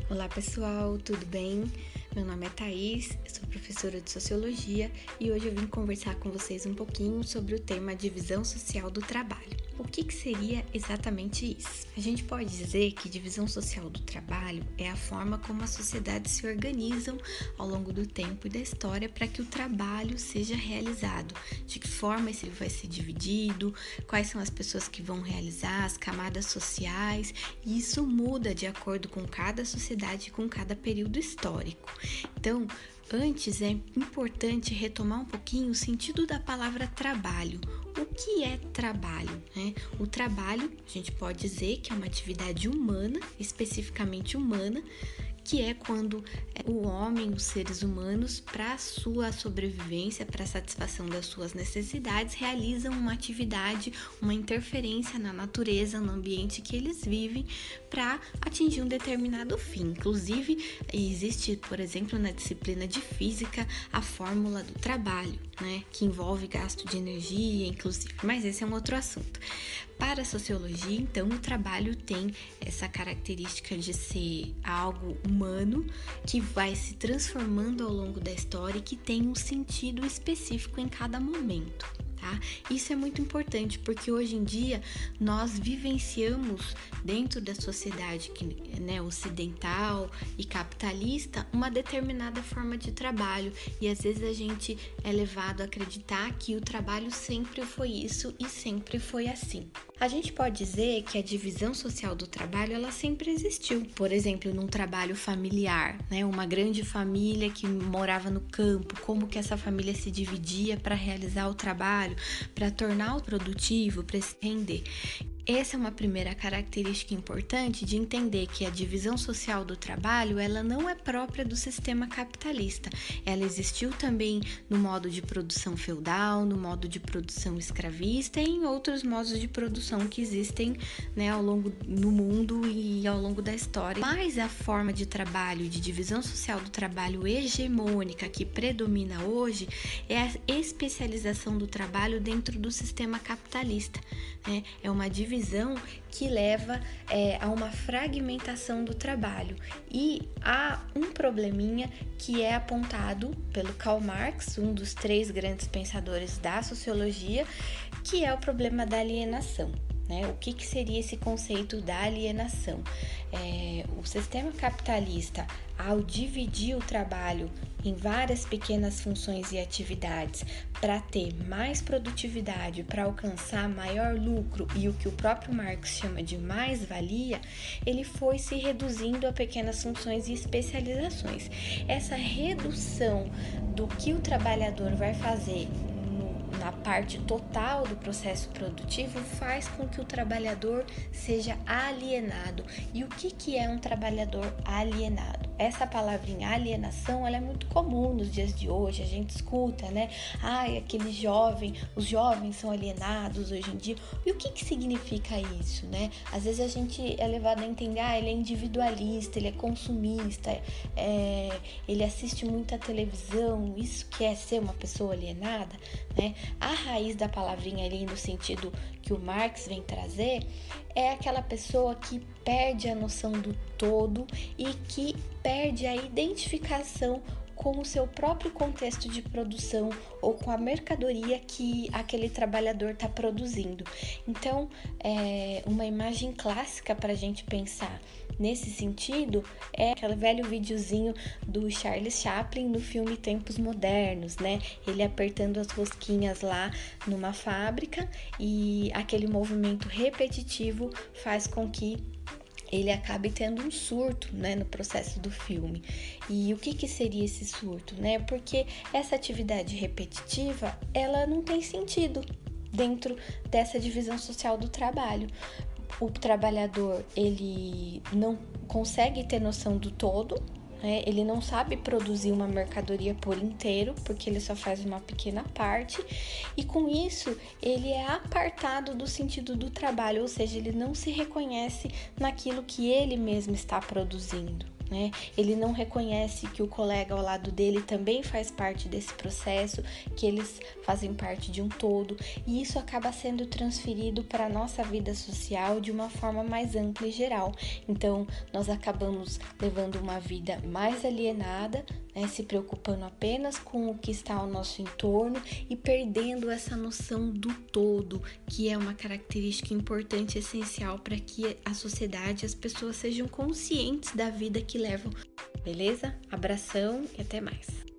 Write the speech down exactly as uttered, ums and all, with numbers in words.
Olá pessoal, tudo bem? Meu nome é Thaís, eu sou professora de Sociologia e hoje eu vim conversar com vocês um pouquinho sobre o tema divisão social do trabalho. O que, que seria exatamente isso? A gente pode dizer que divisão social do trabalho é a forma como as sociedades se organizam ao longo do tempo e da história para que o trabalho seja realizado. De que forma ele vai ser dividido, quais são as pessoas que vão realizar, as camadas sociais, e isso muda de acordo com cada sociedade e com cada período histórico. Então, antes é importante retomar um pouquinho o sentido da palavra trabalho. O que é trabalho? Né? O trabalho, a gente pode dizer que é uma atividade humana, especificamente humana, que é quando o homem, os seres humanos, para a sua sobrevivência, para a satisfação das suas necessidades, realizam uma atividade, uma interferência na natureza, no ambiente que eles vivem, para atingir um determinado fim. Inclusive, existe, por exemplo, na disciplina de física, a fórmula do trabalho, né, que envolve gasto de energia, inclusive, mas esse é um outro assunto. Para a sociologia, então, o trabalho tem essa característica de ser algo humano que vai se transformando ao longo da história e que tem um sentido específico em cada momento. Tá? Isso é muito importante porque hoje em dia nós vivenciamos dentro da sociedade que, né, ocidental e capitalista uma determinada forma de trabalho e às vezes a gente é levado a acreditar que o trabalho sempre foi isso e sempre foi assim. A gente pode dizer que a divisão social do trabalho ela sempre existiu. Por exemplo, num trabalho familiar, né, uma grande família que morava no campo, como que essa família se dividia para realizar o trabalho, para tornar o produtivo, para se render. Essa é uma primeira característica importante de entender que a divisão social do trabalho ela não é própria do sistema capitalista. Ela existiu também no modo de produção feudal, no modo de produção escravista e em outros modos de produção que existem, né, ao longo do mundo e ao longo da história. Mas a forma de trabalho, de divisão social do trabalho hegemônica que predomina hoje é a especialização do trabalho dentro do sistema capitalista, né? É uma divisão que leva é, a uma fragmentação do trabalho e há um probleminha que é apontado pelo Karl Marx, um dos três grandes pensadores da sociologia, que é o problema da alienação. Né? O que, que seria esse conceito da alienação? É, o sistema capitalista, ao dividir o trabalho em várias pequenas funções e atividades para ter mais produtividade, para alcançar maior lucro e o que o próprio Marx chama de mais-valia, ele foi se reduzindo a pequenas funções e especializações. Essa redução do que o trabalhador vai fazer na parte total do processo produtivo faz com que o trabalhador seja alienado. E o que, que é um trabalhador alienado? Essa palavrinha alienação ela é muito comum nos dias de hoje, a gente escuta, né? Ai, aquele jovem, os jovens são alienados hoje em dia. E o que, que significa isso, né? Às vezes a gente é levado a entender, ah, ele é individualista, ele é consumista, é, ele assiste muita televisão, isso que é ser uma pessoa alienada, né? A raiz da palavrinha ali no sentido que o Marx vem trazer é aquela pessoa que perde a noção do todo e que perde a identificação com o seu próprio contexto de produção ou com a mercadoria que aquele trabalhador está produzindo. Então, é uma imagem clássica para a gente pensar nesse sentido é aquele velho videozinho do Charles Chaplin no filme Tempos Modernos, né? Ele apertando as rosquinhas lá numa fábrica e aquele movimento repetitivo faz com que ele acabe tendo um surto, né, no processo do filme. E o que, que seria esse surto, né? Porque essa atividade repetitiva, ela não tem sentido dentro dessa divisão social do trabalho. O trabalhador, ele não consegue ter noção do todo, né? Ele não sabe produzir uma mercadoria por inteiro, porque ele só faz uma pequena parte, e com isso ele é apartado do sentido do trabalho, ou seja, ele não se reconhece naquilo que ele mesmo está produzindo. né? Ele não reconhece que o colega ao lado dele também faz parte desse processo, que eles fazem parte de um todo, e isso acaba sendo transferido para a nossa vida social de uma forma mais ampla e geral. Então, nós acabamos levando uma vida mais alienada, né, se preocupando apenas com o que está ao nosso entorno e perdendo essa noção do todo, que é uma característica importante e essencial para que a sociedade, as pessoas sejam conscientes da vida que levam. Beleza? Abração e até mais!